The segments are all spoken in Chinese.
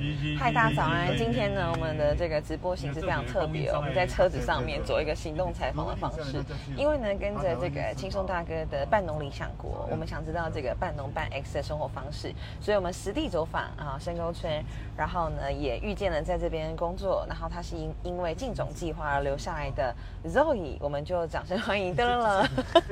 嗨，大家早安！今天呢，我们的这个直播形式非常特别哦，我们在车子上面做一个行动采访的方式。因为呢，跟着这个轻松大哥的半农理想国，我们想知道这个半农半 X 的生活方式，所以我们实地走访啊深沟村，然后呢也遇见了在这边工作，然后他是因为进种计划而留下来的 Zoe， 我们就掌声欢迎噔了。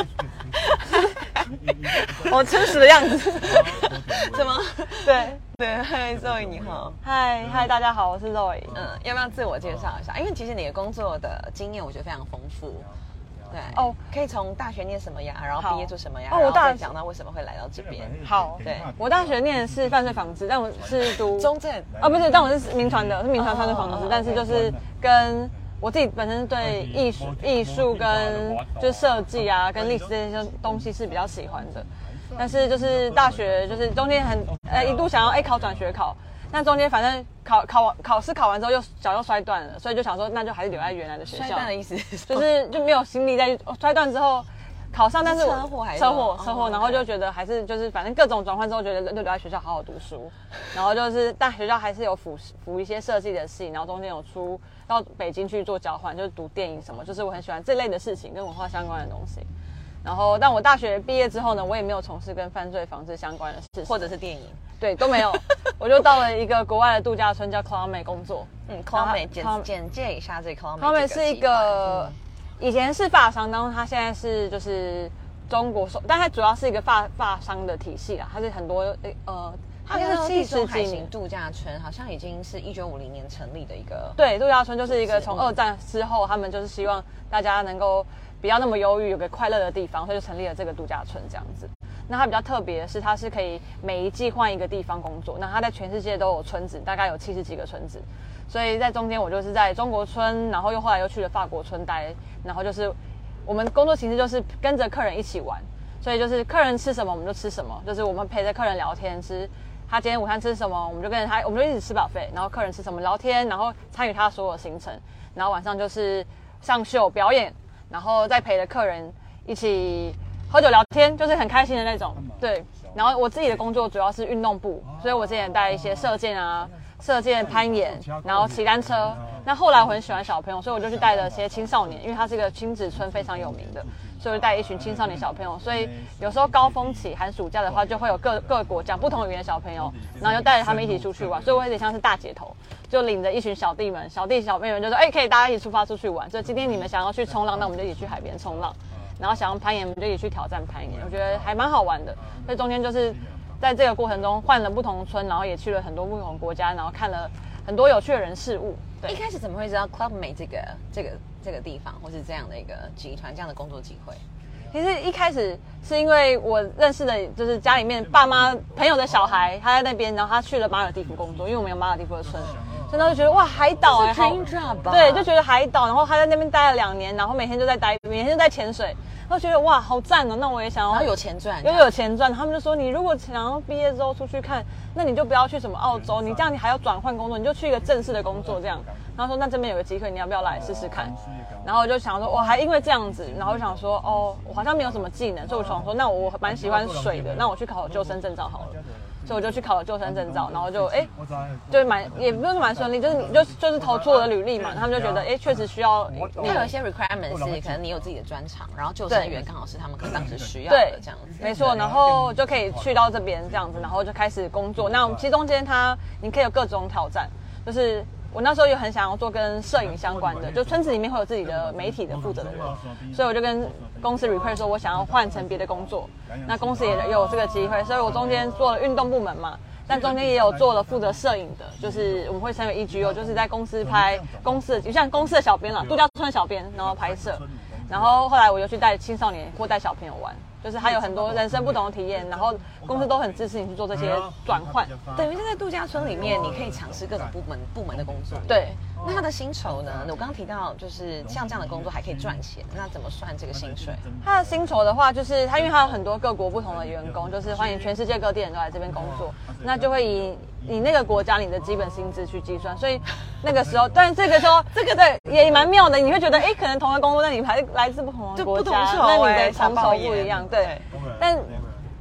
我真实的样子，什么？对，嗨 Zoe 你好， 嗨，大家好，我是 Zoe。 要不要自我介绍一下？因为其实你的工作的经验我觉得非常丰富。对哦，可以从大学念什么呀，然后毕业做什么呀，然后再讲到为什么会来到这边。 好， 对， 我大学念的是犯罪防治，但我是读中正不是，但我是民传的，我是民传犯罪防治，但是就是跟我自己本身对艺术跟就是设计啊，跟历史这些东西是比较喜欢的。但是就是大学就是中间一度想要考转学考，那中间反正考试考完之后脚又摔断了，所以就想说那就还是留在原来的学校。 摔断的意思就是就没有心力再摔断之后考上，但是车祸， 然后就觉得还是就是反正各种转换之后，觉得就留在学校好好读书。然后就是大学校还是有辅一些设计的系，然后中间有出到北京去做交换，就是读电影什么，就是我很喜欢这类的事情，跟文化相关的东西。然后，但我大学毕业之后呢，我也没有从事跟犯罪防治相关的事情， 或者是电影， 对，都没有。我就到了一个国外的度假村叫 Cloud May 工作。 Cloud May 简介一下这 Cloud May 是一个以前是发商，然后它现在是就是中国但它主要是一个发商的体系啦，它是很多它是70几年度假村，好像已经是1950年成立的一个。 对，度假村就是一个从二战之后，他们就是希望大家能够不要那么忧郁，有个快乐的地方，所以就成立了这个度假村这样子。那它比较特别的是，它是可以每一季换一个地方工作。那它在全世界都有村子，大概有70几个村子。所以在中间我就是在中国村，然后后来又去了法国村待。然后就是我们工作形式就是跟着客人一起玩，所以就是客人吃什么我们就吃什么，就是我们陪着客人聊天，吃他今天午餐吃什么，我们就跟着他，我们就一起吃buffet，然后客人吃什么聊天，然后参与他所有的行程，然后晚上就是上秀表演。然后再陪着客人一起喝酒聊天，就是很开心的那种。对，然后我自己的工作主要是运动部，所以我之前带一些射箭、攀岩，然后骑单车。那后来我很喜欢小朋友，所以我就去带了些青少年，因为它是一个亲子村非常有名的，所以我就带一群青少年小朋友。所以有时候高峰期寒暑假的话，就会有各国讲不同语言的小朋友，然后就带着他们一起出去玩，所以我有点像是大姐头。就领着一群小弟小妹们就说，可以大家一起出发出去玩。所以今天你们想要去冲浪，那我们就一起去海边冲浪。然后想要攀岩，我们就一起去挑战攀岩。我觉得还蛮好玩的。所以中间就是在这个过程中换了不同村，然后也去了很多不同国家，然后看了很多有趣的人事物。对， 一开始怎么会知道 Cloud May 这个地方，或是这样的一个集团，这样的工作机会？ 其实一开始是因为我认识的，就是家里面爸妈朋友的小孩，他在那边，然后他去了马尔地夫工作，因为我们有马尔地夫的村。所以就觉得哇，海岛 dream job 吧？ 对，就觉得海岛，然后他在那边待了2年，然后每天就在每天就在潜水，然后觉得哇，好赞哦！那我也想要， 然后有钱赚， 有钱赚。他们就说，你如果想要毕业之后出去看，那你就不要去什么澳洲，你这样你还要转换工作，你就去一个正式的工作这样。然后说，那这边有个机会，你要不要来试试看？然后我就想说，我还因为这样子，然后就想说，我好像没有什么技能，所以我想说，那我蛮喜欢水的，那我去考救生证照好了。所以我就去考了救生证照，然后就也不是蛮顺利，就是投出我的履历嘛，他们就觉得确实需要。 它有一些 requirement 是可能你有自己的专长，然后救生员刚好是他们可能当时需要的这样子。 没错，然后就可以去到这边这样子，然后就开始工作。那其实中间你可以有各种挑战，就是我那时候也很想要做跟摄影相关的，就村子里面会有自己的媒体的负责的人，所以我就跟公司 request 说我想要换成别的工作，那公司也有这个机会，所以我中间做了运动部门嘛，但中间也有做了负责摄影的，就是我们会称为 EGO， 就是在公司拍公司的，就像公司的小编啦，度假村的小编，然后拍摄，然后后来我又去带青少年或带小朋友玩。就是还有很多人生不同的体验，然后公司都很支持你去做这些转换。 等于是在度假村里面，你可以尝试各种部门的工作。 对， 那他的薪酬呢？我刚刚提到，就是像这样的工作还可以赚钱，那怎么算这个薪水？ 他的薪酬的话，就是因为他有很多各国不同的员工，就是欢迎全世界各地人都来这边工作，那就会以那个国家你的基本薪资去计算。所以那个时候，但这个时候这个对也蛮妙的，你会觉得可能同一个工作，但你还来自不同的国家，那你的薪酬不一样。对，但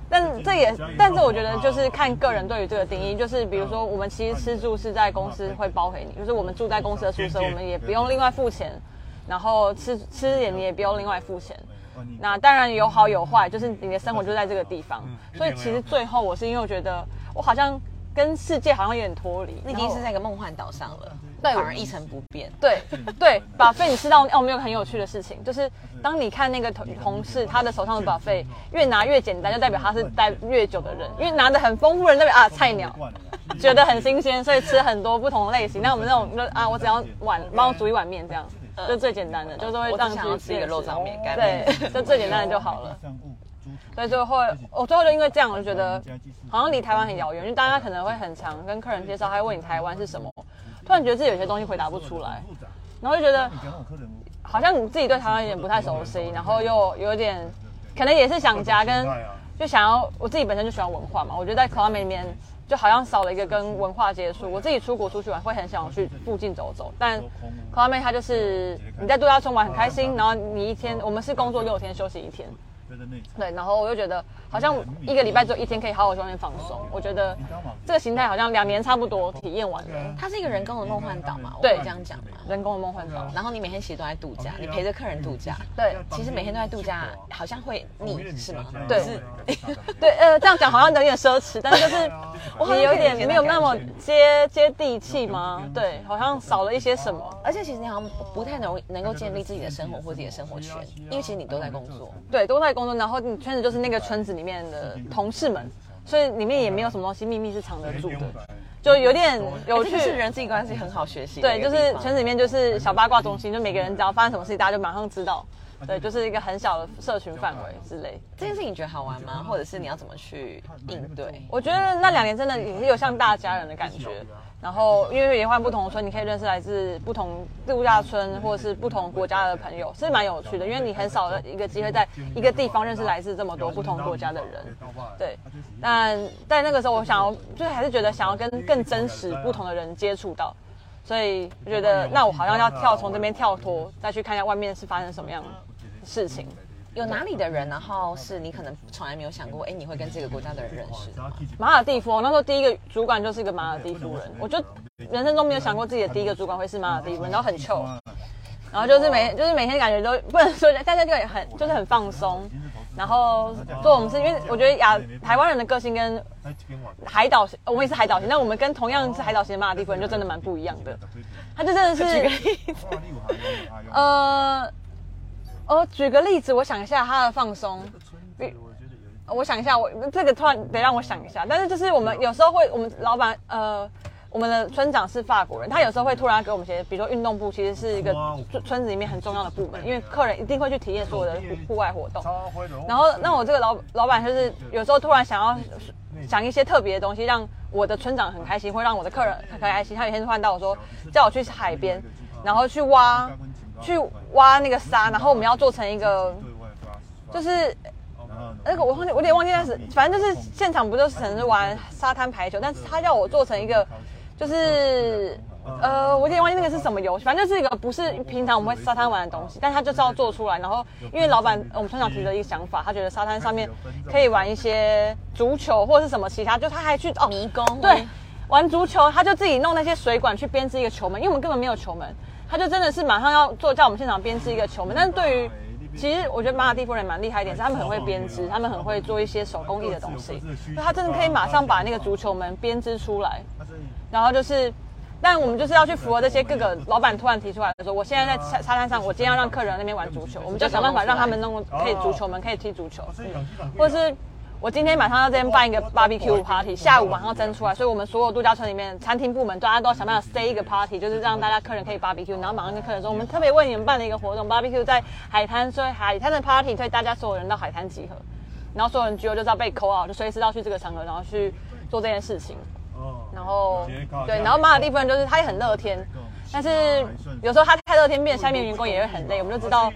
但是我觉得就是看个人对于这个定义，就是比如说我们其实吃住是在公司会包给你，就是我们住在公司的宿舍，我们也不用另外付钱，然后吃你也不用另外付钱。那当然有好有坏，就是你的生活就在这个地方，所以其实最后我是因为我觉得我好像跟世界好像有点脱离， 你已经是在一个梦幻岛上了， 对， 反而一成不变。 对，buffet 你吃到我们有个很有趣的事情，就是当你看那个同事他的手上的 buffet 越拿越简单，就代表他是待越久的人，因为拿的很丰富的人代表菜鸟，觉得很新鲜，所以吃很多不同类型。那我们那种就我只要帮我煮一碗面这样。就最简单的，就是会让去吃一个肉燥面， 对，就最简单的就好了。所以我最后就因为这样，我就觉得好像离台湾很遥远，因为大家可能会很常跟客人介绍，他会问你台湾是什么，突然觉得自己有些东西回答不出来，然后就觉得好像你自己对台湾有点不太熟悉，然后又有点可能也是想家，就想要我自己本身就喜欢文化嘛，我觉得在 Club Med 里面。就好像少了一个跟文化接触。我自己出国出去玩会很想去附近走走，但 Club Med 它就是你在度假村玩很开心，然后你一天我们是工作6天休息1天，对，然后我就觉得好像一个礼拜只有1天可以好好去外面放松。我觉得这个形态好像2年差不多体验完了。 它是一个人工的梦幻岛嘛，我对， 这样讲嘛， 人工的梦幻岛。 然后你每天其实都在度假，你陪着客人度假， 对， 其实每天都在度假，好像会腻，是吗？ 对，对，这样讲好像有点奢侈，但是就是也有点没有那么接地气吗？对，好像少了一些什么。 而且其实你好像不太能够建立自己的生活或自己的生活圈，因为其实你都在工作， 对，都在工作，然后你圈子就是那个村子里面的同事们，所以里面也没有什么东西秘密是藏得住的，就有点有趣。 是人际关系很好学习。 对，就是圈子里面就是小八卦中心，就每个人只要发生什么事情，大家就马上知道。对，就是一个很小的社群范围之类。 这件事情你觉得好玩吗？或者是你要怎么去应对？ 我觉得那2年真的也是有像大家人的感觉。然后因为也换不同的村，你可以认识来自不同度假村或者是不同国家的朋友，是蛮有趣的。因为你很少的一个机会在一个地方认识来自这么多不同国家的人。对，但在那个时候，我想要就是还是觉得想要跟更真实不同的人接触到。所以我觉得，那我好像要从这边跳脱，再去看一下外面是发生什么样的事情。 有哪里的人，然后是你可能从来没有想过，你会跟这个国家的人认识的吗？ 马尔地夫，我那时候第一个主管就是一个马尔地夫人，我就人生中没有想过自己的第一个主管会是马尔地夫人，然后很臭，然后就是每天感觉都不能说，大家就很放松。然后做我们是因为我觉得台湾人的个性跟海岛，我们也是海岛型，但我们跟同样是海岛型的马尔地夫人就真的蛮不一样的。他就真的是举个例子， 举个例子，我想一下他的放松。我想一下，这个突然得让我想一下。但是就是我们有时候会，我们老板我们的村长是法国人，他有时候会突然给我们一些，比如说运动部其实是一个村子里面很重要的部门，因为客人一定会去体验所有的户外活动。然后那我这个老板就是有时候突然想一些特别的东西，让我的村长很开心，会让我的客人很开心。他有一天突然到我说，叫我去海边，然后去挖那个沙，然后我们要做成一个，就是那个我有点忘记，但是反正就是现场不就是只是玩沙滩排球，但是他叫我做成一个，就是我有点忘记那个是什么游戏，反正就是一个不是平常我们会沙滩玩的东西，但他就是要做出来。然后因为老板我们村长提了一个想法，他觉得沙滩上面可以玩一些足球或者是什么其他，就他还去迷宫， 对，玩足球，他就自己弄那些水管去编织一个球门，因为我们根本没有球门，他就真的是马上要叫我们现场编织一个球门。但是对于其实我觉得马尔地夫人蛮厉害一点，是他们很会编织，他们很会做一些手工艺的东西，所以他真的可以马上把那个足球门编织出来。然后就是，但我们就是要去符合这些各个老板突然提出来的说，我现在在沙滩上，我今天要让客人那边玩足球，我们就想办法让他们弄可以足球门可以踢足球，或者是我今天晚上要这边办一个 barbecue party， 下午马上蒸出来，所以我们所有度假村里面餐厅部门大家都要想办法塞一个 party， 就是让大家客人可以 barbecue， 然后马上跟客人说，我们特别为你们办了一个活动 barbecue 在海滩，所以海滩的 party， 所以大家所有人到海滩集合，然后所有人集合就是要被 call out，就随时要去这个场合，然后去做这件事情。然后对，然后马尔地夫人就是他也很乐天，但是有时候他太乐天，变下面员工也会很累，我们就知道。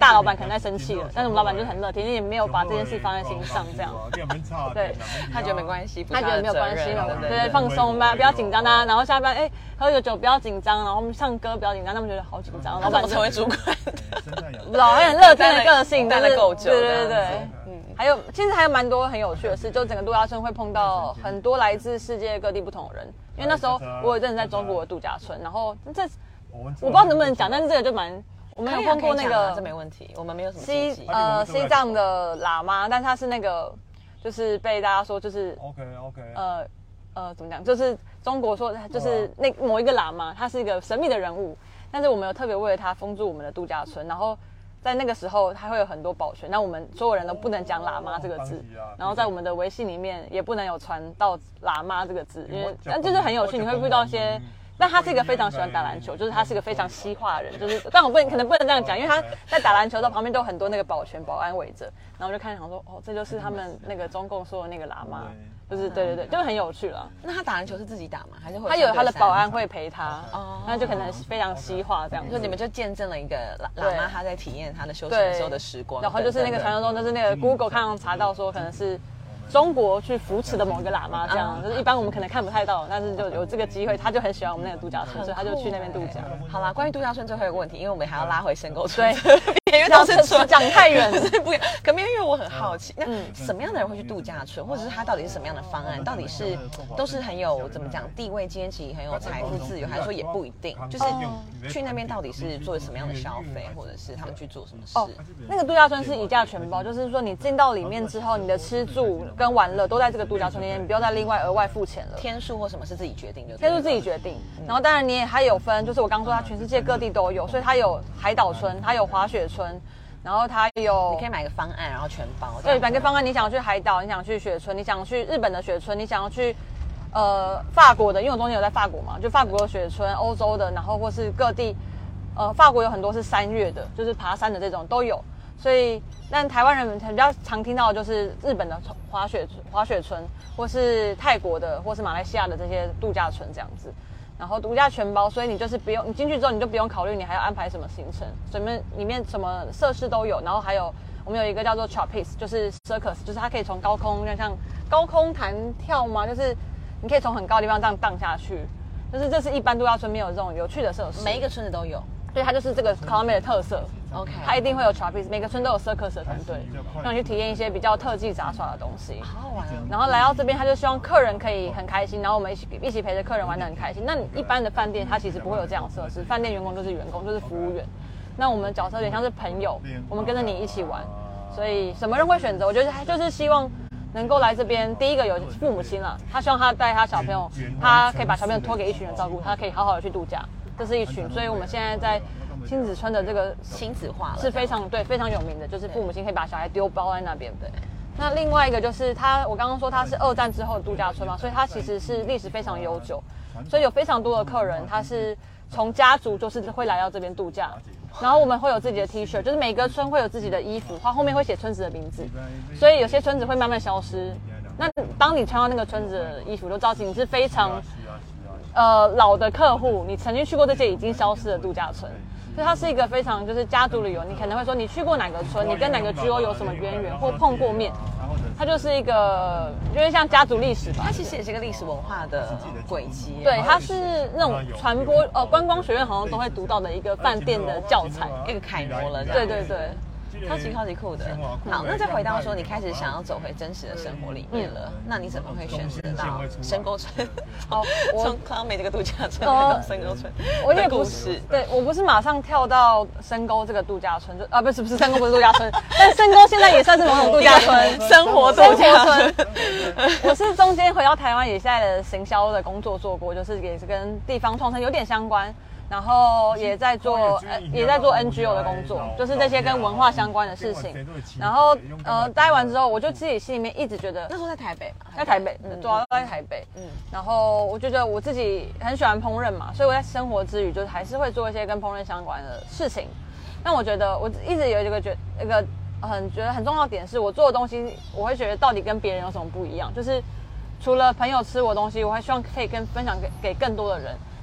大老板可能在生气了，但是我们老板就是很乐天，也没有把这件事放在心上，这样。 对，他觉得没关系， 他觉得没有关系嘛， 对， 放松吧，不要紧张啊。然后下班喝个酒不要紧张，然后我们唱歌不要紧张，他们觉得好紧张。 老板成为主管， 不知道，很乐天的个性， 但是够久， 对。其实还有蛮多很有趣的事，就整个度假村会碰到很多来自世界各地不同的人。因为那时候我有一阵子在中国的度假村，然后我不知道能不能讲，但是这个就我们有碰过那个， 这没问题，我们没有什么西藏的喇嘛，但他是那个就是被大家说就是怎么讲，就是中国说就是那某一个喇嘛，他是一个神秘的人物，但是我们有特别为了他封住我们的度假村，然后在那个时候他会有很多保全，那我们所有人都不能讲喇嘛这个字，然后在我们的微信里面也不能有传到喇嘛这个字，因为就是很有趣，你会遇到一些。但他是一个非常喜欢打篮球，就是他是一个非常西化的人，但我可能不能这样讲，因为他在打篮球的旁边都有很多那个保全保安围着，然后我就看想说，这就是他们那个中共说的那个喇嘛，就是对，就是很有趣了。 那他打篮球是自己打吗？还是他有他的保安会陪他？那就可能非常西化这样， 就你们就见证了一个喇嘛他在体验他的休闲的时候的时光， 然后就是那个传说中，就是那个 Google 看查到说可能是。中国去扶持的某一个喇嘛，这样就是一般我们可能看不太到，但是就有这个机会，他就很喜欢我们那个度假村，所以他就去那边度假。 好啦，关于度假村最后一个问题，因为我们还要拉回深沟村， 对，因为都是讲太远， 不，可没有，因为我很好奇，那什么样的人会去度假村，或者是他到底是什么样的方案？到底是都是很有怎么讲地位阶级，很有财富自由，还是说也不一定？就是去那边到底是做什么样的消费，或者是他们去做什么事？ 那个度假村是一价全包，就是说你进到里面之后，你的吃住跟玩乐都在这个度假村里面，你不用再另外额外付钱了。 天数或什么是自己决定的？ 天数自己决定。然后当然你也还有分，就是我刚说它全世界各地都有，所以它有海岛村，它有滑雪村，然后它有你可以买个方案，然后全包。 对，买个方案，你想要去海岛，你想去雪村，你想去日本的雪村，你想要去法国的，因为我中间有在法国嘛，就法国的雪村，欧洲的，然后或是各地，法国有很多是山岳的，就是爬山的这种都有。所以，但台湾人比较常听到的就是日本的滑雪村，或是泰国的，或是马来西亚的这些度假村这样子。然后度假全包，所以你就是不用，你进去之后你就不用考虑你还要安排什么行程，里面什么设施都有。然后还有我们有一个叫做 trapeze， 就是 circus， 就是它可以从高空像高空弹跳嘛，就是你可以从很高的地方这样荡下去，就是这是一般度假村没有这种有趣的设施， 每一个村子都有。 对，它就是这个 Colombe 的特色。 OK， 它一定会有 trapeze， 每个村都有 circus 的团队，让你去体验一些比较特技杂耍的东西。 好好玩哦。 然后来到这边，他就希望客人可以很开心，然后我们一起陪着客人玩得很开心。那你一般的饭店，它其实不会有这样的设施，饭店员工就是员工，就是服务员。那我们的角色有点像是朋友，我们跟着你一起玩。所以什么人会选择？我觉得就是希望能够来这边，第一个有父母亲了，他希望他带他小朋友，他可以把小朋友托给一群人照顾，他可以好好的去度假，这是一群。所以我们现在在亲子村的这个亲子化是非常有名的，就是父母亲可以把小孩丢包在那边。对，那另外一个就是我刚刚说它是2战之后的度假村嘛，所以它其实是历史非常悠久，所以有非常多的客人他是从家族就是会来到这边度假。然后我们会有自己的 T 恤，就是每个村会有自己的衣服，它后面会写村子的名字，所以有些村子会慢慢消失。那当你穿到那个村子的衣服，就知道你是非常老的客户，你曾经去过这些已经消失的度假村。所以它是一个非常就是家族旅游，你可能会说你去过哪个村，你跟哪个 GO 有什么渊源或碰过面，它就是一个有点像家族历史吧。 它其实也是一个历史文化的轨迹。 对，它是那种传播观光学院好像都会读到的一个饭店的教材， 一个楷模了。 对。 超级酷的。好，那再回到说你开始想要走回真实的生活里面了，那你怎么会选择到深沟村？从Colombe这个度假村到深沟村， 我也不是，对我不是马上跳到深沟这个度假村，不是深沟不是度假村，但深沟现在也算是某种度假村， 生活度假村。 我是中间回到台湾，也现在的行销的工作做过，就是也是跟地方创生有点相关。然后也在做 NGO 的工作，就是这些跟文化相关的事情。然后待完之后，我就自己心里面一直觉得， 那时候在台北嘛， 在台北，主要在台北。然后我觉得我自己很喜欢烹饪嘛，所以我在生活之余，就是还是会做一些跟烹饪相关的事情。但我觉得我一直有一个觉得很重要的点是，我做的东西，我会觉得到底跟别人有什么不一样？就是除了朋友吃我的东西，我还希望可以分享给更多的人。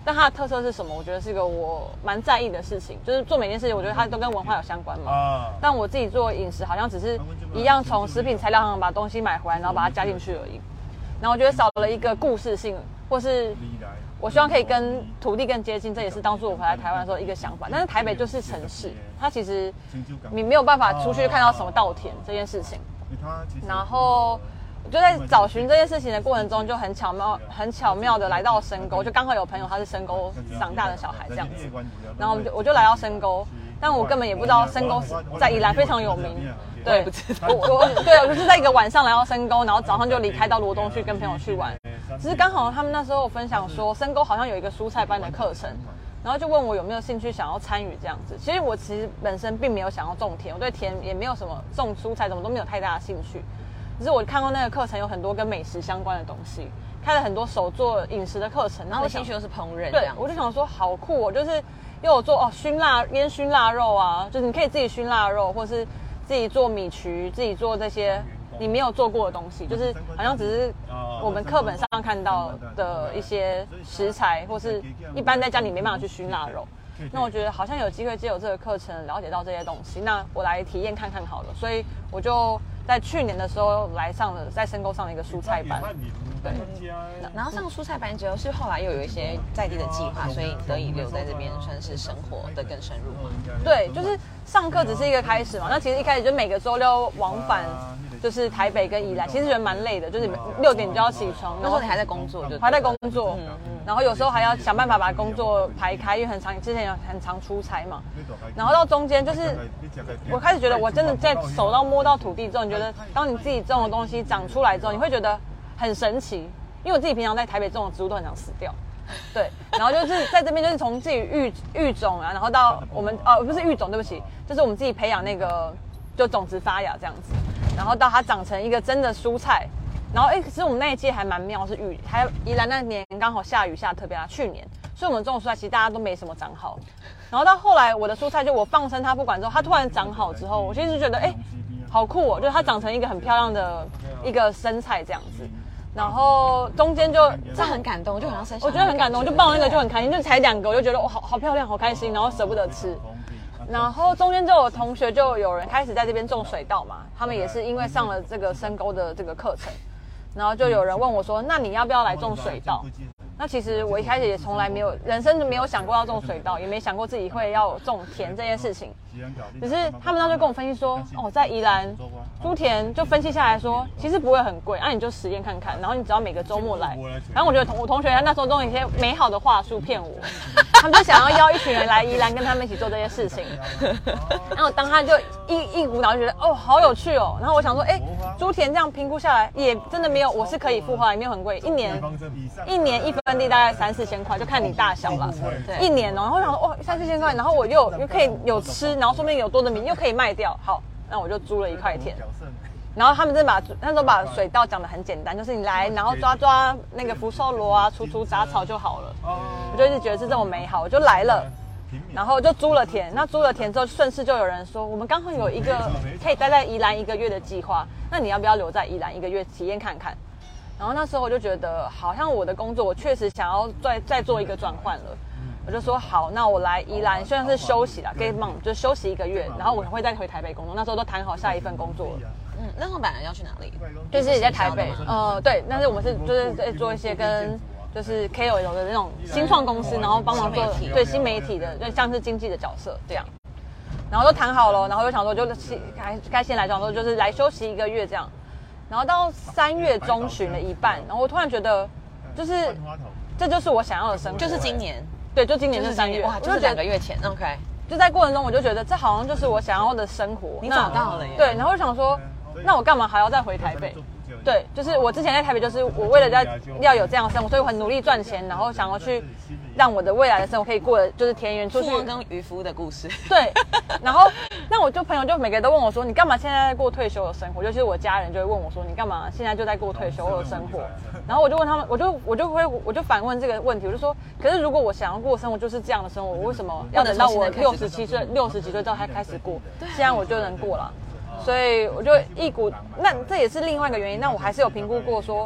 但它的特色是什么？我觉得是一个我蛮在意的事情，就是做每件事情，我觉得它都跟文化有相关嘛。但我自己做饮食，好像只是一样从食品材料行把东西买回来，然后把它加进去而已。然后我觉得少了一个故事性，或是我希望可以跟土地更接近，这也是当初我回来台湾的时候一个想法。但是台北就是城市，它其实你没有办法出去看到什么稻田这件事情。然后我就在找寻这件事情的过程中，就很巧妙的来到深沟，就刚好有朋友他是深沟长大的小孩这样子，然后我就来到深沟，但我根本也不知道深沟在宜兰非常有名。对，我就是在一个晚上来到深沟，然后早上就离开到罗东去跟朋友去玩。只是刚好他们那时候分享说，深沟好像有一个蔬菜班的课程，然后就问我有没有兴趣想要参与这样子。其实我本身并没有想要种田，我对田也没有什么种蔬菜什么都没有太大的兴趣。只是我看过那个课程有很多跟美食相关的东西，开了很多手做饮食的课程， 然后我兴趣又是烹饪， 对，我就想说好酷哦，就是又有做烟熏腊肉啊，就是你可以自己熏腊肉，或是自己做米曲，自己做这些你没有做过的东西，就是好像只是我们课本上看到的一些食材，或是一般在家里没办法去熏腊肉。那我觉得好像有机会借由这个课程了解到这些东西，那我来体验看看好了。所以我就在去年的时候在深沟上了一个蔬菜班。对， 然后上蔬菜班之后，是后来又有一些在地的计划，所以得以留在这边，算是生活的更深入嘛。 对，就是上课只是一个开始嘛。那其实一开始就每个周六往返，就是台北跟宜兰，其实觉得蛮累的，就是6点就要起床。 那时候你还在工作， 还在工作，然后有时候还要想办法把工作排开，因为之前很常出差嘛。然后到中间就是我开始觉得我真的在手到摸到土地之后，你觉得当你自己种的东西长出来之后，你会觉得很神奇，因为我自己平常在台北种的植物都很想死掉，对，然后就是在这边就是从自己育种啊，然后到我们不是育种，对不起，就是我们自己培养那个就种子发芽这样子，然后到它长成一个真的蔬菜，然后可是我们那一届还蛮妙，是宜兰那年刚好下雨下特别大，去年，所以我们种的蔬菜其实大家都没什么长好，然后到后来我的蔬菜就我放生它不管之后，它突然长好之后，我其实觉得好酷哦，就是它长成一个很漂亮的一个生菜这样子。然后中间就这很感动，就好像生小孩， 我觉得很感动，就抱那个就很开心，就才2个，我就觉得好漂亮，好开心，然后舍不得吃。然后中间就有同学就有人开始在这边种水稻嘛，他们也是因为上了这个深沟的这个课程，然后就有人问我说，那你要不要来种水稻？那其实我一开始也从来人生没有想过要种水稻，也没想过自己会要种田这件事情。只是他们当时跟我分析说，在宜兰租田就分析下来说，其实不会很贵，你就实验看看，然后你只要每个周末来。然后我觉得我同学那时候都有一些美好的话术骗我，他们就想要邀一群人来宜兰跟他们一起做这些事情。然后当他就一股脑就觉得好有趣哦，然后我想说租田这样评估下来也真的没有，我是可以付花，也没有很贵，一年一分地大概3-4千块，就看你大小了。对，一年然后我想说3-4千块，然后我又可以有吃，然后说不定有多的米又可以卖掉，好，那我就租了1块田。然后他们那时候把水稻讲得很简单，就是你来，然后抓那个福寿螺啊，除杂草就好了。我就一直觉得是这么美好，我就来了，然后就租了田。那租了田之后，顺势就有人说，我们刚好有一个可以待在宜兰1个月的计划，那你要不要留在宜兰1个月体验看看？然后那时候我就觉得，好像我的工作我确实想要再做一个转换了。我就说好，那我来宜兰，虽然是休息啦 ，gap month 就休息1个月，然后我会再回台北工作。那时候都谈好下一份工作了。 那时候本来要去哪里？ 就是也在台北。对，但是我们就是在做一些跟就是 KOL 的那种新创公司，然后帮忙做新媒体的，就像是经纪的角色这样。然后都谈好了，然后就想说就该先来讲说就是来休息1个月这样。然后到3月中旬的一半，然后我突然觉得，这就是我想要的生活， 就是今年。 对，就今年是3月， 哇，就是2个月前 ，OK。 就在过程中，我就觉得这好像就是我想要的生活。 你找到了耶。 对，然后我想说，那我干嘛还要再回台北？对，就是我之前在台北，就是我为了要有这样的生活，所以我很努力赚钱，然后想要去让我的未来的生活可以过得就是田园出去。 富翁跟渔夫的故事。 对，然后那我朋友就每个人都问我说，你干嘛现在在过退休的生活？尤其是我家人就会问我说，你干嘛现在就在过退休的生活？然后我就问他们，我就反问这个问题，我就说，可是如果我想要过的生活就是这样的生活，我为什么要等到我60几岁之后才开始过？现在我就能过了。所以我就那这也是另外一个原因。那我还是有评估过说，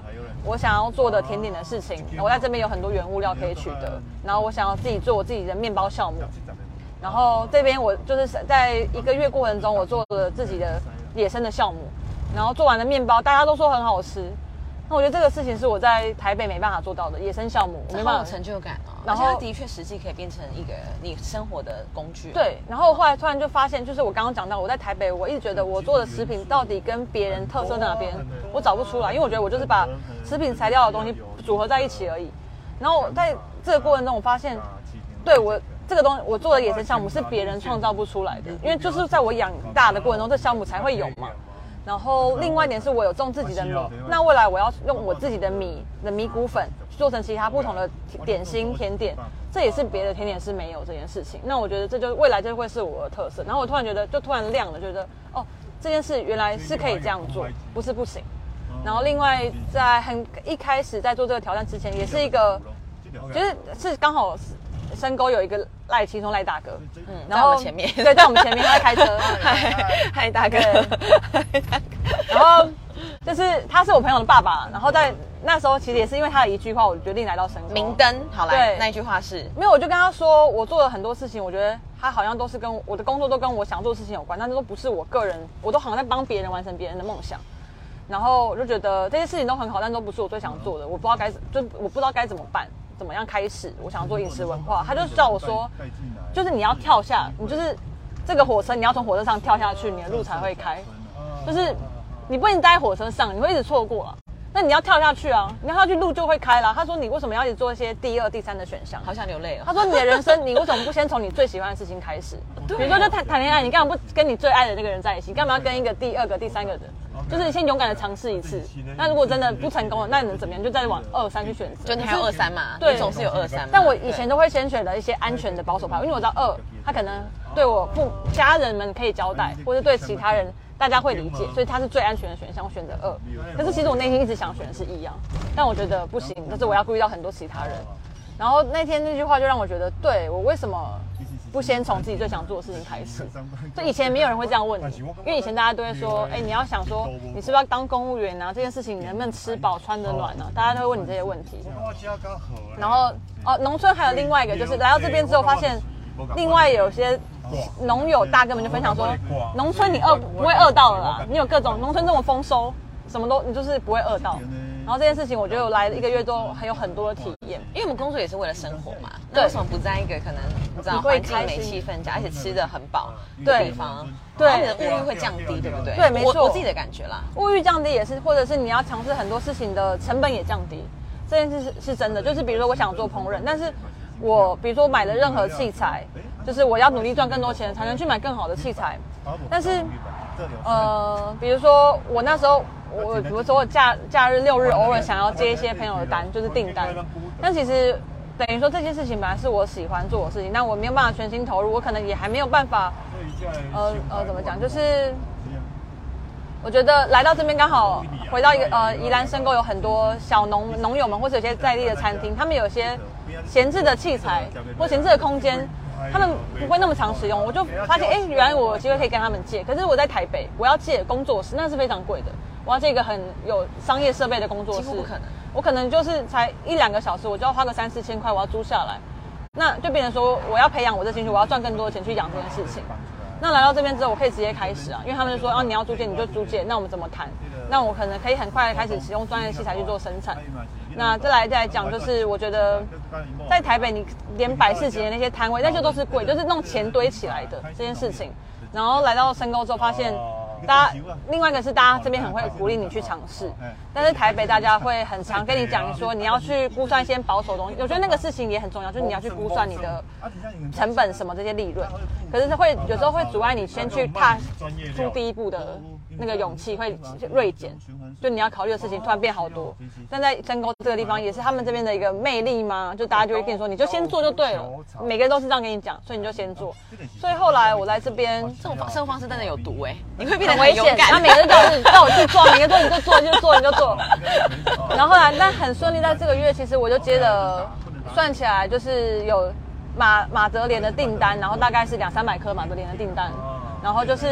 我想要做的甜点的事情，我在这边有很多原物料可以取得，然后我想要自己做我自己的面包酵母，然后这边我就是在1个月过程中，我做了自己的野生的酵母，然后做完的面包大家都说很好吃。那我觉得这个事情是我在台北没办法做到的，野生酵母我没办法有成就感哦。 然后它的确实际可以变成一个你生活的工具。 对，然后后来突然就发现，就是我刚刚讲到，我在台北，我一直觉得我做的食品到底跟别人特色在哪边，我找不出来，因为我觉得我就是把食品材料的东西组合在一起而已。然后在这个过程中，我发现，对我这个东西我做的野生酵母是别人创造不出来的，因为就是在我养大的过程中，这酵母才会有嘛。然后另外一点是我有种自己的米，那未来我要用我自己的米谷粉做成其他不同的点心甜点，这也是别的甜点师没有这件事情。那我觉得这就未来就会是我的特色。然后我突然觉得就突然亮了，觉得哦这件事原来是可以这样做，不是不行。然后另外在一开始在做这个挑战之前，也是一个就是刚好深沟有一个轻松赖大哥， 然后在我们前面， 对，在我们前面他在开车， 嗨大哥， 然后就是他是我朋友的爸爸，然后在那时候其实也是因为他的一句话，我决定来到深沟。 明灯，好来，那一句话是没有，我就跟他说，我做了很多事情，我觉得他好像都是跟我的工作都跟我想做的事情有关，但是都不是我个人，我都好像在帮别人完成别人的梦想。然后我就觉得这些事情都很好，但都不是我最想做的，我不知道该怎么办。怎么样开始？我想做饮食文化，他就叫我说，就是你要跳下，你就是这个火车，你要从火车上跳下去，你的路才会开。就是你不能待在火车上，你会一直错过了。那你要跳下去啊，你要跳下去路就会开了。他说你为什么要一直做一些第2、第3的选项？ 好想流泪哦。 他说你的人生，你为什么不先从你最喜欢的事情开始？比如说就谈恋爱，你干嘛不跟你最爱的那个人在一起？干嘛要跟一个第2个、第3个人？就是你先勇敢的尝试一次。那如果真的不成功了，那你能怎么样？就再往2、3去选择。 就你还有2、3嘛？ 对， 总是有2、3嘛。 但我以前都会先选择一些安全的保守派，因为我知道2，他可能对我家人们可以交代，或者对其他人大家会理解，所以它是最安全的选项，我选择2。可是其实我内心一直想选的是1啊，但我觉得不行，就是我要顾虑到很多其他人。然后那天那句话就让我觉得，对，我为什么不先从自己最想做的事情开始？就以前没有人会这样问你，因为以前大家都会说，你要想说你是不是要当公务员啊？这件事情你能不能吃饱穿得暖啊？大家都会问你这些问题。然后农村还有另外一个，就是来到这边之后发现，另外有些农友大哥们就分享说，农村你不会饿到了啦，你有各种农村这种丰收，什么都你就是不会饿到。然后这件事情，我觉得我来了1个月都还有很多的体验， 因为我们工作也是为了生活嘛。那为什么不在一个可能你知道环境美、气氛佳，而且吃得很饱的地方？对，你的物欲会降低，对不对？ 对，没错， 我自己的感觉啦。 物欲降低也是，或者是你要尝试很多事情的成本也降低，这件事是真的。就是比如说我想做烹饪，但是我比如说买了任何器材，就是我要努力赚更多钱才能去买更好的器材。但是比如说我那时候。比如说我假日6日偶尔想要接一些朋友的单，就是订单，但其实等于说这件事情本来是我喜欢做的事情，但我没有办法全心投入，我可能也还没有办法，怎么讲？就是我觉得来到这边刚好回到一个宜兰深沟有很多小农友们，或者有些在地的餐厅，他们有些闲置的器材或闲置的空间。他们不会那么常使用，我就发现，原来我有机会可以跟他们借。可是我在台北，我要借工作室，那是非常贵的。我要借一个很有商业设备的工作室， 几乎不可能。 我可能就是才1、2个小时，我就要花个3、4千块，我要租下来。那就变成说，我要培养我这兴趣，我要赚更多的钱去养这件事情。那来到这边之后，我可以直接开始啊，因为他们就说，你要租借你就租借，那我们怎么谈？那我可能可以很快开始使用专业器材去做生产。那再来讲，就是我觉得在台北，你连摆市集的那些摊位，那些都是贵，就是弄钱堆起来的这件事情。然后来到深沟之后，发现大家另外一个是大家这边很会鼓励你去尝试，但是台北大家会很常跟你讲说你要去估算一些保守东西。我觉得那个事情也很重要，就是你要去估算你的成本什么这些利润，可是有时候会阻碍你先去踏出第一步的那个勇气会锐减，就你要考虑的事情突然变好多。但在深沟这个地方也是他们这边的一个魅力嘛，就大家就会跟你说，你就先做就对了，每个人都是这样跟你讲，所以你就先做。所以后来我来这边， 这种生活方式真的有毒你会变得很危险。他每个人叫我去做，每个人说你就做就做你就做。然后后来但很顺利，在这个月其实我就接了，算起来就是有马德莲的订单，然后大概是200-300颗马德莲的订单，然后就是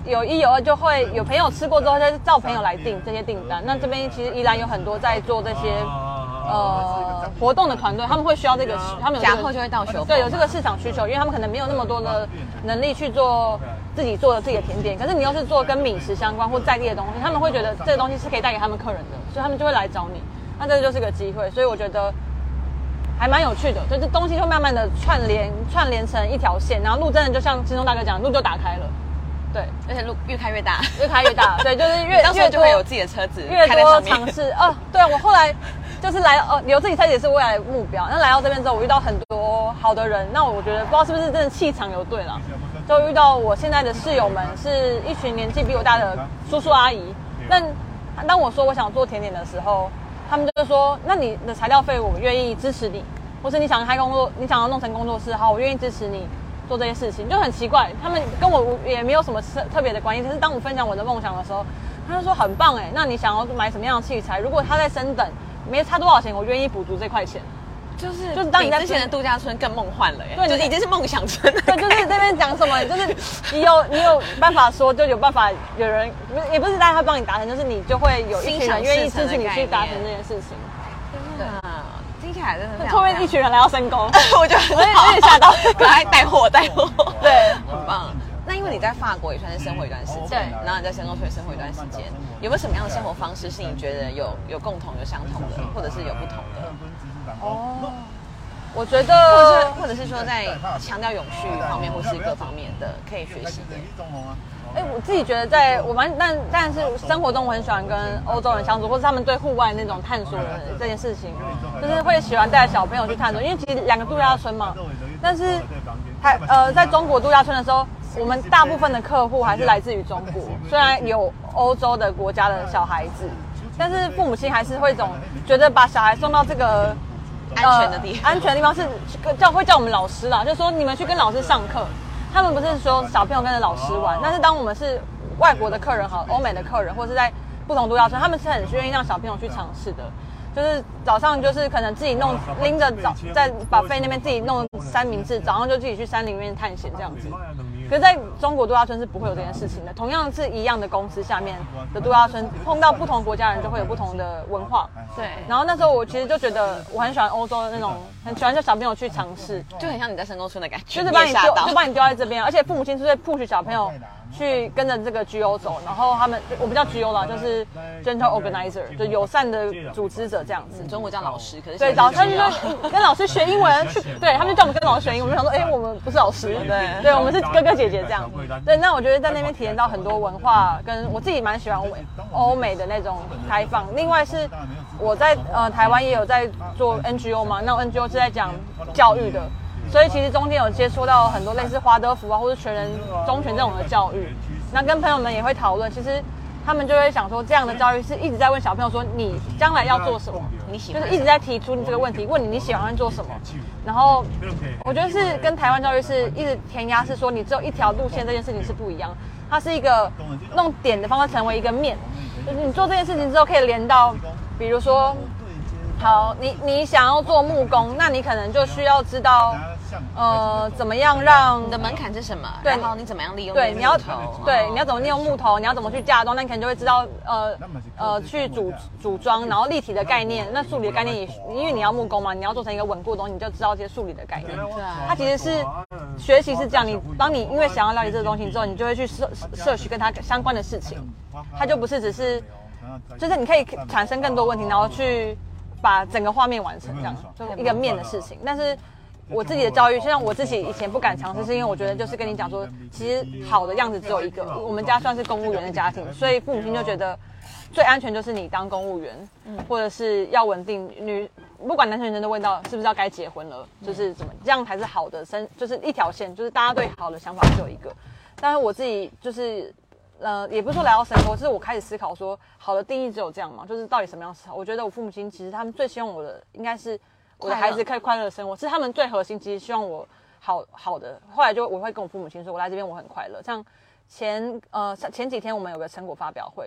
有一有二就会有朋友吃过之后，就照朋友来订这些订单。那这边其实宜兰有很多在做这些活动的团队，他们会需要这个，他们有假后就会到手， 对，有这个市场需求，因为他们可能没有那么多的能力去做自己的甜点，可是你又是做跟米食相关或在地的东西，他们会觉得这个东西是可以带给他们客人的，所以他们就会来找你。那这就是个机会，所以我觉得还蛮有趣的，就是东西会慢慢的串联成一条线，然后路真的就像金钟大哥讲，路就打开了。对， 而且路越开越大， 越开越大。对，就是越就会有自己的车子， 越多尝试。对，我后来就是有自己车也是未来的目标。那来到这边之后，我遇到很多好的人，那我觉得不知道是不是真的气场有对了，就遇到我现在的室友们是一群年纪比我大的叔叔阿姨。但当我说我想做甜点的时候，他们就说：“那你的材料费我愿意支持你，或是你想开工作，你想要弄成工作室，好，我愿意支持你。”做这些事情就很奇怪，他们跟我也没有什么特别的关系。可是当我分享我的梦想的时候，他就说很棒哎，那你想要买什么样的器材？如果他在升等，没差多少钱，我愿意补足这块钱。 就是当你在之前的度假村更梦幻了耶， 对， 就是已经是梦想村了。 对，就是这边讲什么，就是你有办法说，就有办法有人，也不是大家帮你达成，就是你就会有一群人愿意支持你去达成这件事情。 对。听起来真的， 后面一群人来要升工， 我觉得有点吓到， 赶快带货， 对， 很棒。那因为你在法国也算是生活一段时间，然后你在神农村生活一段时间，有没有什么样的生活方式是你觉得有共同、有相同的，或者是有不同的？ 我觉得， 或者是说在强调永续方面，或是各方面的可以学习的。 我自己觉得但是生活中我很喜欢跟欧洲人相处，或是他们对户外那种探索的这件事情，就是会喜欢带小朋友去探索。因为其实2个度假村嘛，但是在中国度假村的时候，我们大部分的客户还是来自于中国，虽然有欧洲的国家的小孩子，但是父母亲还是会觉得把小孩送到这个安全的地方是会叫我们老师啦，就是说你们去跟老师上课。他们不是说小朋友跟着老师玩，但是当我们是外国的客人，欧美的客人，或者是在不同度假村，他们是很愿意让小朋友去尝试的。就是早上就是可能自己拎着在buffet那边自己弄三明治，早上就自己去山里面探险这样子。可是在中国度假村是不会有这件事情的。同样是一样的公司下面的度假村，碰到不同国家人就会有不同的文化。 对。 然后那时候我其实就觉得我很喜欢欧洲的那种，很喜欢叫小朋友去尝试， 就很像你在神农村的感觉， 就是把你丢在这边，而且父母亲是会 push 小朋友去跟着这个 GO 走，然后我们叫 GO 啦，就是 Gentle Organizer， 就友善的组织者这样子。 中国叫老师，可是对，早上就跟老师学英文去，对他们就叫我们跟老师学英文。我们想说，我们不是老师，对，我们是哥哥姐姐这样。对，那我觉得在那边体验到很多文化，跟我自己蛮喜欢欧美的那种开放。另外是我在台湾也有在做 NGO 嘛，那 NGO 是在讲教育的。所以其实中间有接触到很多类似华德福啊，或是全人中学这种的教育。那跟朋友们也会讨论，其实他们就会想说，这样的教育是一直在问小朋友说，你将来要做什么？你喜欢，就是一直在提出你这个问题，问你喜欢做什么。然后我觉得是跟台湾教育是一直填鸭，是说你只有一条路线，这件事情是不一样。它是一个弄点的方式成为一个面，就是你做这件事情之后可以连到，比如说，好，你想要做木工，那你可能就需要知道。怎么样让你的门槛是什么？ 对， 然后你怎么样利用对，你要怎么利用木头，你要怎么去架装，那你可能就会知道去组装，然后立体的概念，那数理的概念也，因为你要木工嘛，你要做成一个稳固的东西，你就知道这些数理的概念。 对啊， 它其实是学习是这样，当你因为想要了解这个东西之后，你就会去摄取跟它相关的事情，它就不是只是，就是你可以产生更多问题，然后去把整个画面完成，这样就一个面的事情，但是。我自己的教育，就像我自己以前不敢尝试，是因为我觉得就是跟你讲说，其实好的样子只有一个。我们家算是公务员的家庭，所以父母亲就觉得最安全就是你当公务员，或者是要稳定。不管男生女生都问到是不是要该结婚了，就是怎么这样才是好的就是一条线，就是大家对好的想法只有一个。但是我自己就是也不是说来到生活，就是我开始思考说，好的定义只有这样嘛？就是到底什么样是好？我觉得我父母亲其实他们最希望我的应该是。我的孩子可以快乐的生活，是他们最核心。其实希望我好的。后来我会跟我父母亲说，我来这边我很快乐。像前几天我们有个成果发表会，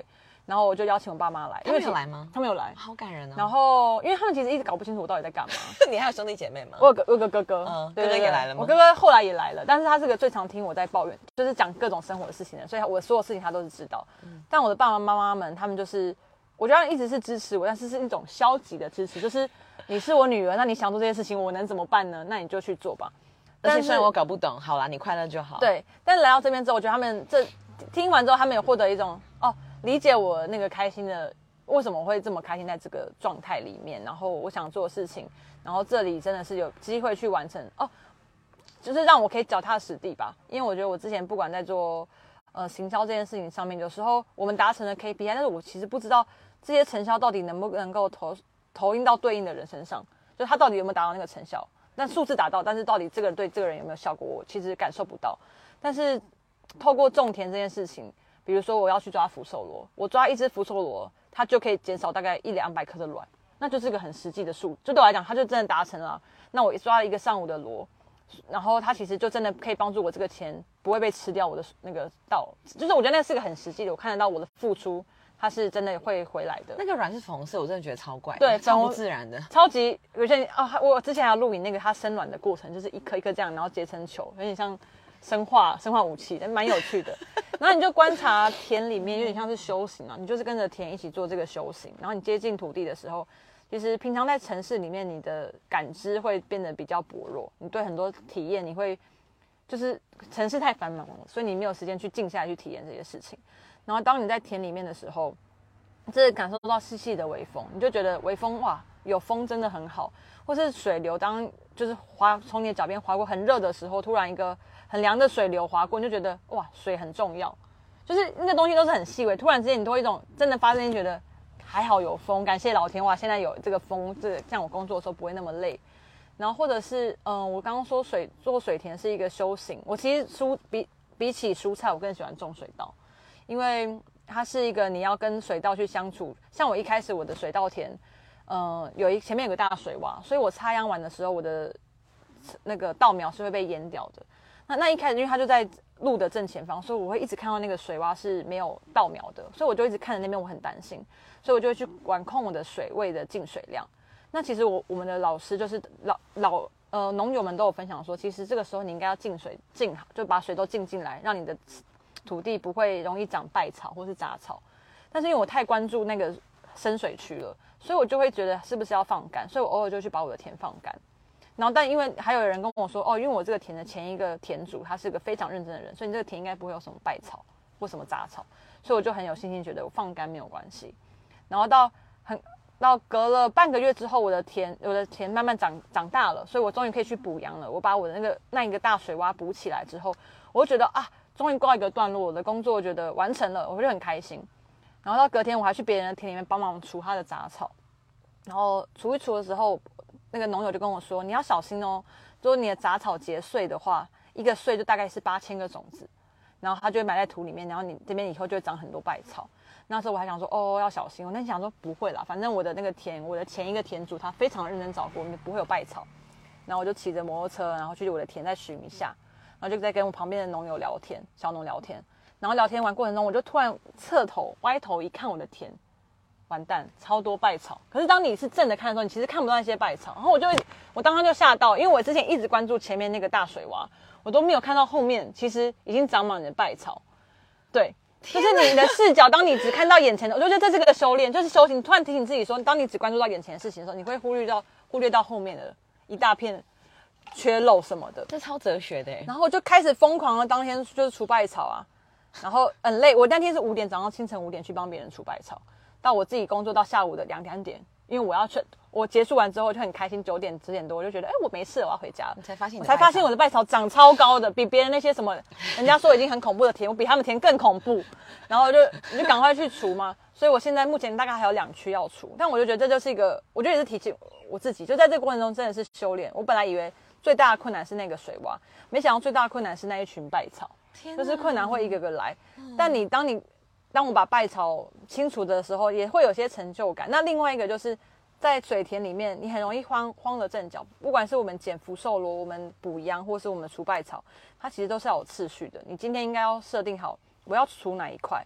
然后我就邀请我爸妈来， 他们有来吗？ 他们有来， 好感人哦。 然后因为他们其实一直搞不清楚我到底在干嘛。 你还有兄弟姐妹吗？ 我有个哥哥， 哥哥也来了吗？ 我哥哥后来也来了，但是他是个最常听我在抱怨，就是讲各种生活的事情的，所以我所有事情他都是知道。但我的爸爸妈妈们，他们就是我觉得一直是支持我，但是是一种消极的支持，就是你是我女儿，那你想做这些事情，我能怎么办呢？那你就去做吧。 而且虽然我搞不懂，好啦，你快乐就好。 对，但是来到这边之后，我觉得他们听完之后，他们有获得一种理解我那个开心的，为什么我会这么开心在这个状态里面，然后我想做的事情，然后这里真的是有机会去完成就是让我可以脚踏实地吧。因为我觉得我之前不管在做行销这件事情上面，有时候我们达成了 KPI， 但是我其实不知道这些成效到底能不能够投影到对应的人身上，就是他到底有没有达到那个成效。但数字达到，但是到底这个人对这个人有没有效果，我其实感受不到。但是透过种田这件事情，比如说我要去抓福寿螺，我抓一只福寿螺，它就可以减少大概100-200颗的卵，那就是个很实际的数，就对我来讲，它就真的达成了。那我抓了一个上午的螺，然后它其实就真的可以帮助我这个钱不会被吃掉，我的那个就是我觉得那是个很实际的，我看得到我的付出，它是真的会回来的。 那个卵是粉红色，我真的觉得超怪的， 对， 超不自然的， 超级有些人我之前还有录影那个它生卵的过程，就是一颗一颗这样，然后结成球，有点像生化武器，蛮有趣的。然后你就观察田里面，有点像是修行啊，你就是跟着田一起做这个修行。然后你接近土地的时候，其实平常在城市里面，你的感知会变得比较薄弱，你对很多体验，你会就是城市太繁忙了，所以你没有时间去静下来去体验这些事情。然后当你在田里面的时候，真的感受到细细的微风，你就觉得微风哇，有风真的很好。或是水流，当就是从你的脚边划过很热的时候，突然一个很凉的水流划过，你就觉得哇，水很重要。就是那个东西都是很细微，突然之间你都会一种真的发生，觉得还好有风，感谢老天哇，现在有这个风，这样我工作的时候不会那么累。然后或者是我刚刚说做水田是一个修行，我其实比起蔬菜，我更喜欢种水稻，因为它是一个你要跟水稻去相处。像我一开始我的水稻田，前面有个大水洼，所以我插秧完的时候，我的那个稻苗是会被淹掉的。那一开始因为它就在路的正前方，所以我会一直看到那个水洼是没有稻苗的，所以我就一直看着那边，我很担心，所以我就会去管控我的水位的进水量。那其实我们的老师就是农友们都有分享说，其实这个时候你应该要进水进好，就把水都进进来，让你的土地不会容易长败草或是杂草。但是因为我太关注那个深水区了，所以我就会觉得是不是要放干，所以我偶尔就去把我的田放干。然后但因为还有人跟我说因为我这个田的前一个田主他是个非常认真的人，所以你这个田应该不会有什么败草或什么杂草，所以我就很有信心觉得我放干没有关系。然后到隔了半个月之后，我的田慢慢长大了，所以我终于可以去补秧了。我把我的那一个大水洼补起来之后，我就觉得终于告一个段落，我的工作我觉得完成了，我就很开心。然后到隔天我还去别人的田里面帮忙除他的杂草，然后除一除的时候，那个农友就跟我说，你要小心哦，如果你的杂草结穗的话，一个穗就大概是8000个种子，然后它就会埋在土里面，然后你这边以后就会长很多败草。那时候我还想说要小心，我那想说不会啦，反正我的那个田，我的前一个田主他非常认真照顾，不会有败草。然后我就骑着摩托车，然后去我的田再巡一下，然后就在跟我旁边的农友聊天，小农聊天。然后聊天完过程中，我就突然歪头一看我的田，完蛋，超多败草。可是当你是正的看的时候，你其实看不到那些败草。然后我当时就吓到，因为我之前一直关注前面那个大水洼，我都没有看到后面其实已经长满了败草。对。就是你的视角，当你只看到眼前的，我就觉得这是个修炼，就是修行。突然提醒自己说，当你只关注到眼前的事情的时候，你会忽略到后面的一大片缺漏什么的。 这超哲学的。 然后我就开始疯狂的当天就是除败草啊，然后很累。我那天是早上清晨5点去帮别人除败草，到我自己工作到下午的2-3点，因为我结束完之后就很开心，9点10点多我就觉得我没事了，我要回家了。 你才发现我的败草长超高的，比别人那些什么人家说已经很恐怖的田，我比他们田更恐怖。然后你就赶快去除嘛。所以我现在目前大概还有2区要除，但我就觉得这就是一个，我觉得也是提醒我自己，就在这个过程中真的是修炼。我本来以为最大的困难是那个水洼，没想到最大的困难是那一群败草，就是困难会一个个来。但当我把败草清除的时候，也会有些成就感。那另外一个就是在水田里面，你很容易慌了阵脚。不管是我们捡福寿螺，我们补秧，或是我们除败草，它其实都是要有次序的。你今天应该要设定好我要除哪一块，然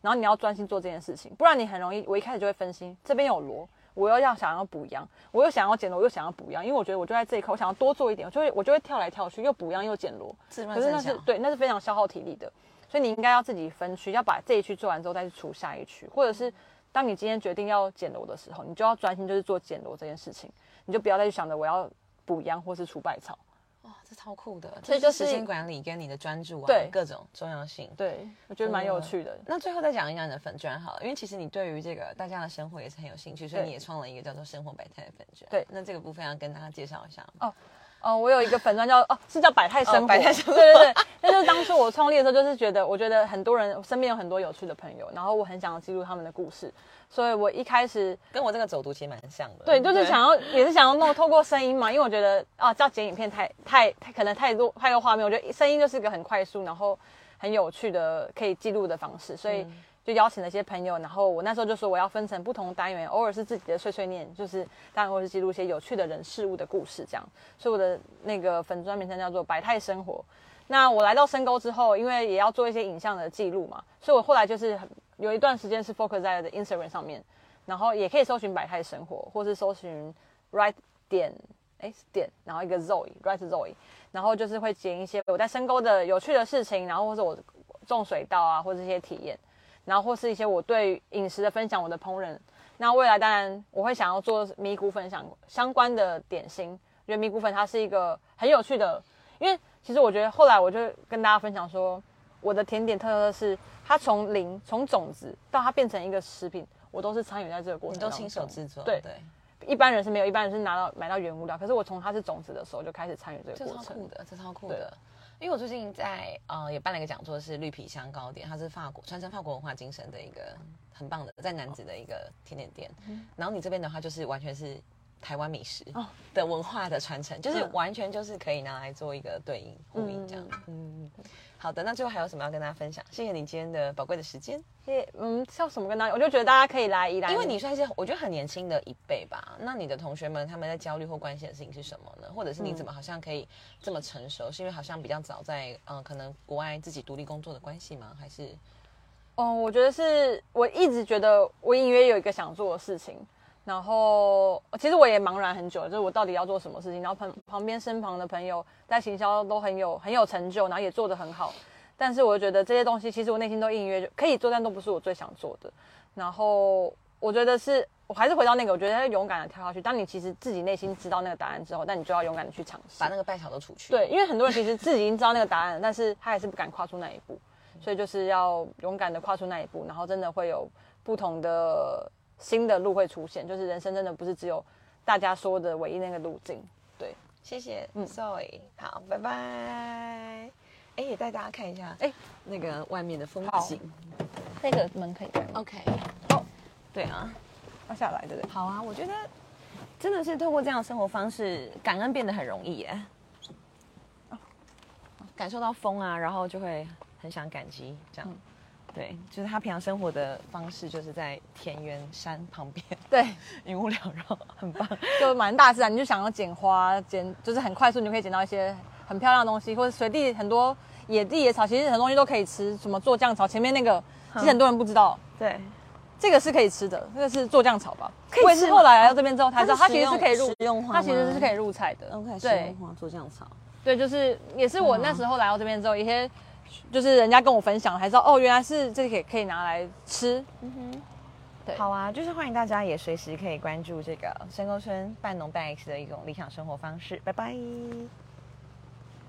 然后你要专心做这件事情，不然你很容易，我一开始就会分心，这边有螺，我又想要补秧，我又想要剪螺，我又想要补秧，因为我觉得我就在这一块，我想要多做一点，我就会跳来跳去，又补秧又剪螺，可是那是非常消耗体力的，所以你应该要自己分区，要把这一区做完之后再去除下一区，或者是当你今天决定要剪螺的时候，你就要专心就是做剪螺这件事情，你就不要再去想着我要补秧或是除败草。 哇，这超酷的， 所以就是时间管理跟你的专注啊， 对各种重要性。 对，我觉得蛮有趣的。 那最后再讲一讲你的粉专好了，因为其实你对于这个大家的生活也是很有兴趣，所以你也创了一个叫做生活百态的粉专。 对， 那这个部分要跟大家介绍一下。 我有一个粉专是叫百态生活， 百态生活， 对对对，那就是当初我创立的时候，就是我觉得很多人身边有很多有趣的朋友，然后我很想要记录他们的故事，所以我一开始跟我这个走读其实蛮像的。 对，就是也是想要透过声音嘛，因为我觉得要剪影片可能太多画面，我觉得声音就是个很快速，然后很有趣的可以记录的方式，所以就邀请了一些朋友，然后我那时候就说我要分成不同单元，偶尔是自己的碎碎念，就是当然会是记录一些有趣的人事物的故事这样，所以我的那个粉专名称叫做百态生活。那我来到深沟之后，因为也要做一些影像的记录嘛，所以我后来就是有一段时间是 focus 在我的 Instagram 上面，然后也可以搜寻百态生活，或是搜寻 right 点，然后一个 Zoe，right Zoe， 然后就是会剪一些我在深沟的有趣的事情，然后或者我种水稻啊，或者一些体验。然后或是一些我对饮食的分享，我的烹饪。那未来当然我会想要做米谷粉相关的点心，因为米谷粉它是一个很有趣的，因为其实我觉得后来我就跟大家分享说，我的甜点特色是它从种子到它变成一个食品，我都是参与在这个过程当中， 你都亲手制作， 对。一般人是没有，一般人是买到原物料，可是我从它是种子的时候就开始参与这个过程， 这超酷的。因为我最近在也办了一个讲座，是绿皮香糕点，它是传承法国文化精神的一个很棒的，在南子的一个甜点店。然后你这边的话，就是完全是台湾美食的文化的传承，就是完全就是可以拿来做一个对应呼应这样。好的，那最后还有什么要跟大家分享？谢谢你今天的宝贵的时间。 叫什么跟大家？我就觉得大家可以来宜兰， 因为你算是我觉得很年轻的一辈吧。那你的同学们他们在焦虑或关心的事情是什么呢？或者是你怎么好像可以这么成熟？是因为好像比较早在可能国外自己独立工作的关系吗？还是？ 我觉得是我一直觉得我隐约有一个想做的事情。然后其实我也茫然很久，就是我到底要做什么事情。然后旁边身旁的朋友在行销都很有成就，然后也做得很好。但是我觉得这些东西其实我内心都隐约可以做，但都不是我最想做的。然后我觉得我还是回到那个，我觉得要勇敢的跳下去。当你其实自己内心知道那个答案之后，但你就要勇敢的去尝试， 把那个败草都除去。 对，因为很多人其实自己已经知道那个答案，但是他还是不敢跨出那一步。所以就是要勇敢的跨出那一步，然后真的会有不同的新的路会出现，就是人生真的不是只有大家说的唯一那个路径。对， 谢谢Zoe，好，拜拜。也带大家看一下，那个外面的风景。 那个门可以开吗 ？OK。对啊， 要下来对不对？ 好啊，我觉得真的是透过这样的生活方式，感恩变得很容易耶。感受到风啊，然后就会很想感激这样。对，就是他平常生活的方式，就是在田园山旁边， 对， 云雾缭绕，很棒， 就蛮大自然。你就想要捡花，就是很快速，你就可以捡到一些很漂亮的东西，或者随地很多野地野草，其实很多东西都可以吃。什么做酱草，前面那个其实很多人不知道， 对， 这个是可以吃的，那个是做酱草吧？ 可以吃。 我也是后来来到这边之后才知道，它其实是可以食用花， 它其实是可以入菜的。 OK， 食用花做酱草， 对，就是也是我那时候来到这边之后，一些就是人家跟我分享，才知道原来是这个可以拿来吃。对， 好啊，就是欢迎大家也随时可以关注这个深沟村半农半 X 的一种理想生活方式。拜拜。